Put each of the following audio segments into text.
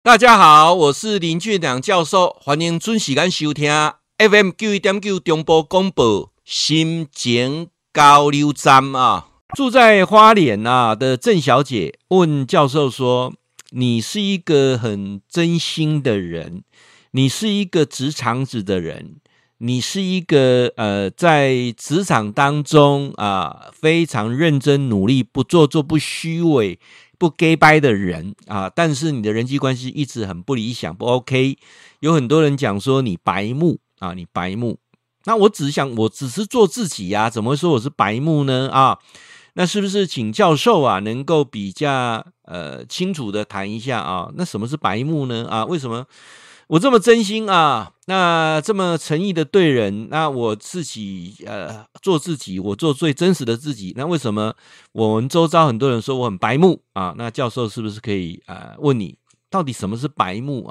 大家好，我是林俊良教授，欢迎准时间收听 FM 91.9中波广播心情交流站啊。住在花莲的郑小姐问教授说：“你是一个很真心的人，你是一个直肠子的人，你是一个在职场当中非常认真努力，不做作、不虚伪。”不 gay 掰的人但是你的人际关系一直很不理想，不 OK。有很多人讲说你白目你白目。那我只是做自己怎么会说我是白目呢那是不是请教授能够比较清楚的谈一下那什么是白目呢为什么我这么真心那这么诚意的对人，那我自己做自己，我做最真实的自己，那为什么我们周遭很多人说我很白目那教授是不是可以问你到底什么是白目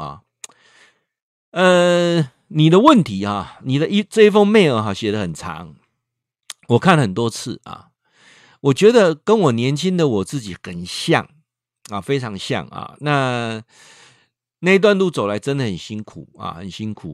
你的问题你的这一封 mail 写得很长，我看了很多次我觉得跟我年轻的我自己很像非常像那一段路走来真的很辛苦很辛苦。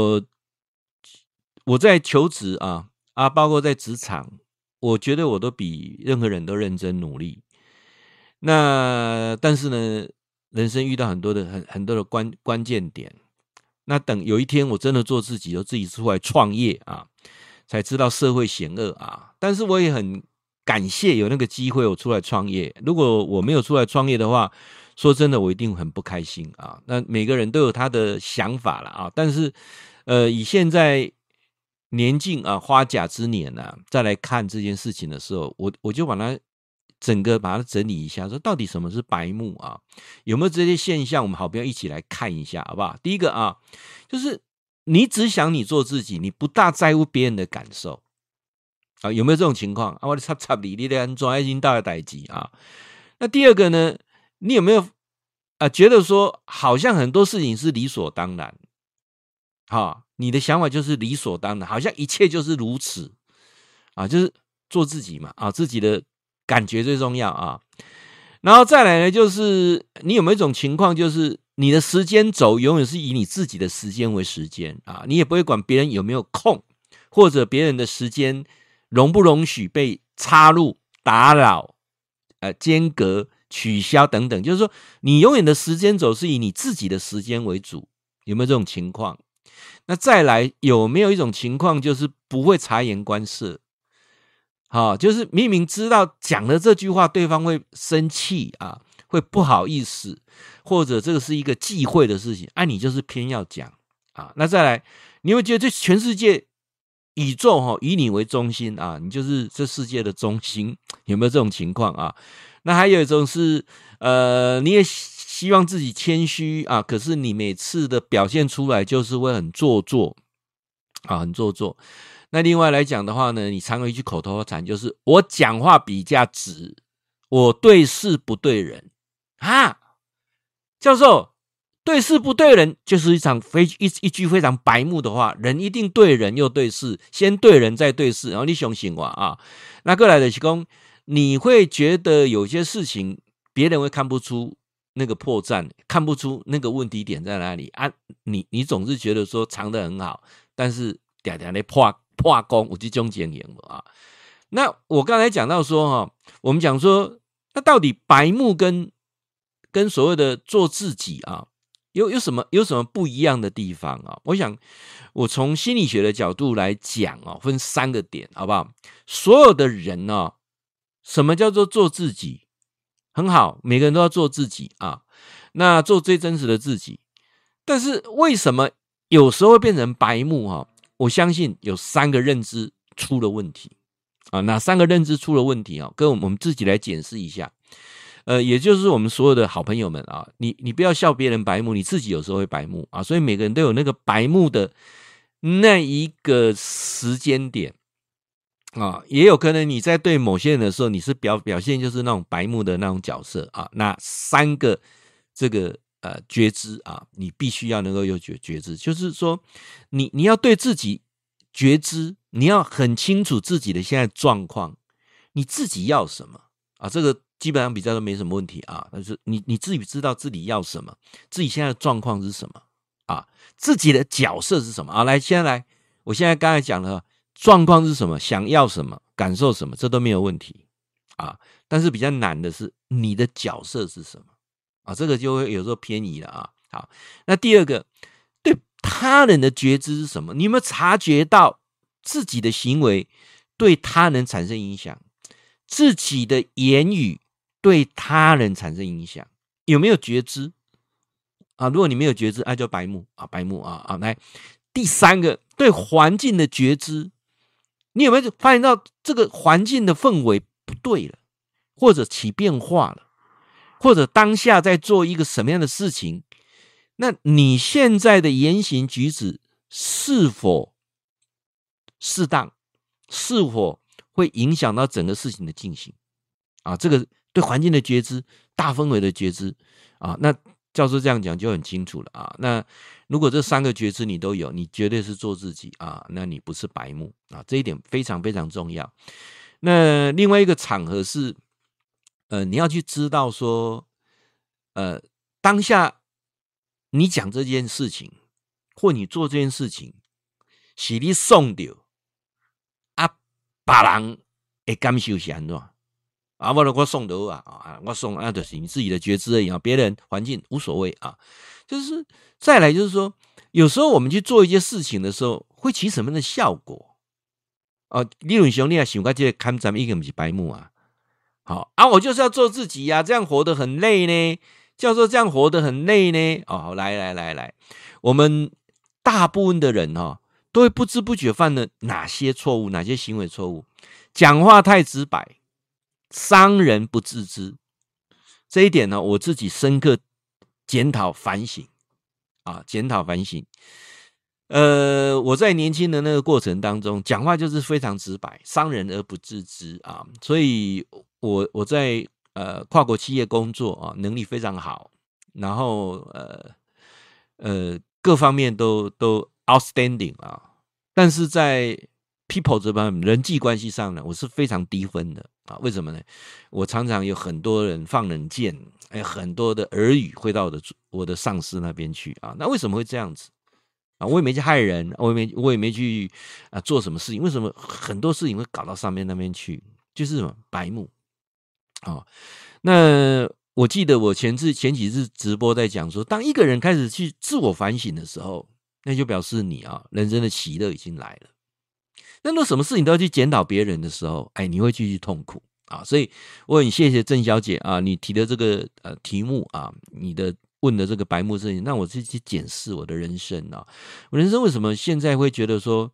我在求职包括在职场，我觉得我都比任何人都认真努力。那但是呢，人生遇到很多的关键点。那等有一天我真的做自己，自己出来创业才知道社会险恶但是我也很感谢有那个机会我出来创业。如果我没有出来创业的话，说真的我一定很不开心那每个人都有他的想法了但是以现在年近花甲之年再来看这件事情的时候，我就把它整理一下，说到底什么是白目有没有这些现象，我们好朋友一起来看一下好不好？第一个就是你只想你做自己，你不大在乎别人的感受有没有这种情况我插你你在做已经大的事情那第二个呢，你有没有觉得说好像很多事情是理所当然你的想法就是理所当然，好像一切就是如此就是做自己嘛自己的感觉最重要然后再来呢，就是你有没有一种情况，就是你的时间轴永远是以你自己的时间为时间你也不会管别人有没有空，或者别人的时间容不容许被插入、打扰、间隔、取消等等，就是说你永远的时间轴是以你自己的时间为主，有没有这种情况？那再来有没有一种情况，就是不会察言观色就是明明知道讲了这句话对方会生气会不好意思，或者这个是一个忌讳的事情你就是偏要讲那再来你会觉得这全世界宇宙以你为中心你就是这世界的中心，有没有这种情况那还有一种是你也希望自己谦虚可是你每次的表现出来就是会很做作很做作。那另外来讲的话呢，你常有一句口头禅，就是我讲话比较直，我对事不对人教授，对事不对人就是一句非常白目的话，人一定对人又对事，先对人再对事，然后你相信我那过来的是说，你会觉得有些事情别人会看不出那个破绽，看不出那个问题点在哪里你总是觉得说藏得很好，但是常常在破功，有这种经验那我刚才讲到说我们讲说，那到底白目跟所谓的做自己有什么不一样的地方我想我从心理学的角度来讲分3个点好不好？所有的人什么叫做做自己？很好，每个人都要做自己那做最真实的自己。但是为什么有时候会变成白目我相信有3个认知出了问题哪3个认知出了问题跟我们自己来检视一下。也就是我们所有的好朋友们你不要笑别人白目，你自己有时候会白目所以每个人都有那个白目的那一个时间点也有可能你在对某些人的时候，你是表现就是那种白目的那种角色那3个这个觉知你必须要能够有觉知，就是说你要对自己觉知，你要很清楚自己的现在状况，你自己要什么这个基本上比较都没什么问题啊。但是你自己知道自己要什么，自己现在的状况是什么啊，自己的角色是什么啊？来，我现在刚才讲了状况是什么，想要什么，感受什么，这都没有问题啊。但是比较难的是你的角色是什么啊？这个就会有时候偏移了啊。好，那第二个，对他人的觉知是什么？你有没有察觉到自己的行为对他人产生影响？自己的言语对他人产生影响，有没有觉知啊？如果你没有觉知，就白目啊，白目啊。来，第三个，对环境的觉知，你有没有发现到这个环境的氛围不对了，或者起变化了，或者当下在做一个什么样的事情？那你现在的言行举止是否适当？是否会影响到整个事情的进行啊？这个对环境的觉知、大氛围的觉知啊，那教授这样讲就很清楚了啊。那如果这三个觉知你都有，你绝对是做自己啊，那你不是白目啊，这一点非常非常重要。那另外一个场合是，你要去知道说，当下你讲这件事情，或你做这件事情，是你送掉啊，别人会感受是安怎啊？我送到我送就是你自己的觉知而已啊，别人环境无所谓啊。就是再来就是说，有时候我们去做一些事情的时候，会起什么样的效果？理论上你也想到这个看咱们一个不是白目啊。好啊，我就是要做自己呀，这样活得很累呢。教授这样活得很累呢。来，我们大部分的人都会不知不觉犯了哪些错误，哪些行为错误？讲话太直白，伤人不自知。这一点呢，我自己深刻检讨反省啊，检讨反省。我在年轻的那个过程当中，讲话就是非常直白，伤人而不自知啊，所以我在跨国企业工作啊，能力非常好，然后各方面都 outstanding 啊，但是在 people 这方面人际关系上呢，我是非常低分的啊。为什么呢？我常常有很多人放冷箭，很多的耳语会到我的上司那边去啊。那为什么会这样子？我也没去害人，我也没去做什么事情，为什么很多事情会搞到上面那边去？就是什么白目啊。那我记得我前几次直播在讲说，当一个人开始去自我反省的时候，那就表示你人生的喜乐已经来了。那如果什么事情都要去检讨别人的时候，你会继续痛苦啊。所以我很谢谢郑小姐啊，你提的这个题目啊，你的问的这个白目事情，让我去检视我的人生啊。我人生为什么现在会觉得说，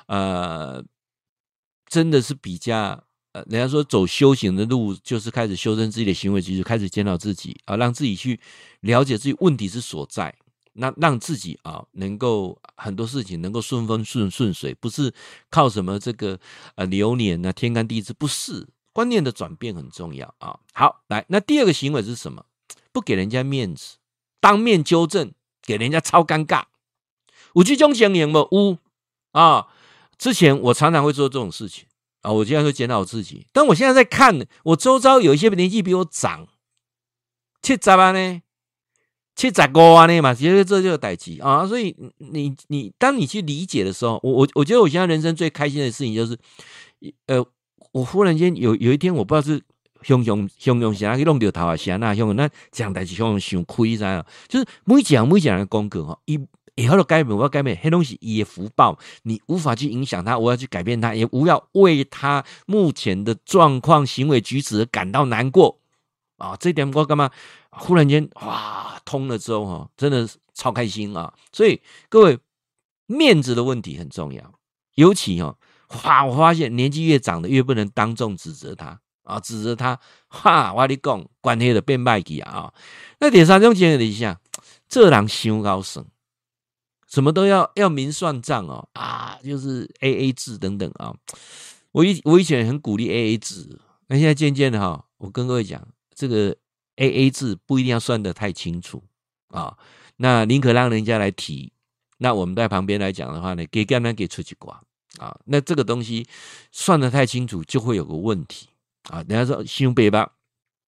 真的是比较人家说走修行的路，就是开始修正自己的行为，其实开始检讨自己啊，让自己去了解自己问题之所在。那让自己能够很多事情能够顺风顺水，不是靠什么这个流年啊天干地支，不是，观念的转变很重要啊。好，来，那第二个行为是什么？不给人家面子，当面纠正，给人家超尴尬。有这种情形吗？有啊。之前我常常会做这种事情啊，我现在会检讨我自己。但我现在在看，我周遭有一些年纪比我长，70啊呢。75啊那嘛，其实这就是代志啊，所以你当你去理解的时候，我觉得我现在人生最开心的事情就是，我忽然间有一天我不知道是熊啥去弄到头啊，啥那熊那讲代志熊想亏噻，就是每讲的功课以后的改变，我要改变，黑东西也福报，你无法去影响他，我要去改变他，也不要为他目前的状况、行为举止而感到难过啊！这一点我干嘛？忽然间哇，通了之后真的超开心啊！所以各位，面子的问题很重要，尤其我发现年纪越长的越不能当众指责他啊，指责他我跟你讲，关系就变歹去啊！那第三种情况底下，这人伤高深，什么都要明算账就是 AA 制等等啊。我以前很鼓励 AA 制，那现在渐渐的我跟各位讲，这个 AA 制不一定要算得太清楚啊，那宁可让人家来提，那我们在旁边来讲的话呢，给出去挂啊，那这个东西算得太清楚就会有个问题啊。人家说伤白目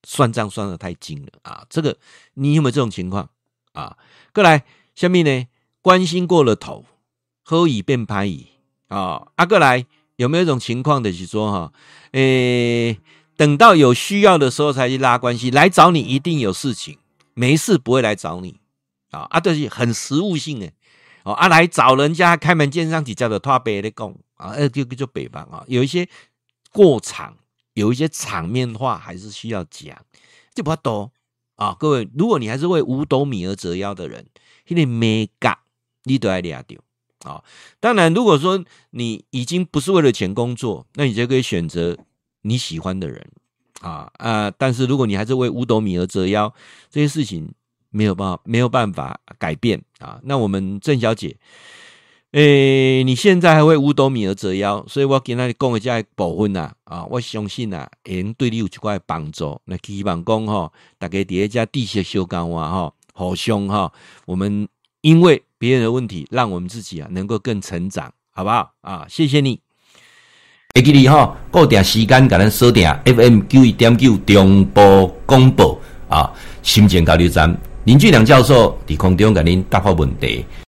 算账算得太精了啊！这个你有没有这种情况啊？过来，下面呢，关心过了头，好意变歹意啊！过来有没有一种情况的是说哈，等到有需要的时候才去拉关系，来找你一定有事情，没事不会来找你啊！就是很实务性的哦来找人家开门见山，叫做拖白的讲啊，就北方啊，有一些过场。有一些场面话还是需要讲，就不要多啊！各位，如果你还是为五斗米而折腰的人，那个美感你都要抓到啊！当然，如果说你已经不是为了钱工作，那你就可以选择你喜欢的人但是如果你还是为五斗米而折腰，这些事情没有办法改变啊！那我们郑小姐。你现在还会五斗米而折腰，所以我今天讲的这部分我相信会对你有一块帮助。那希望讲大家在这地势相交互相我们因为别人的问题，让我们自己能够更成长，好不好谢谢你。会记你固定时间给咱锁定 FM91.9 中波广播心情交流站，林俊良教授在空中给您答复问题。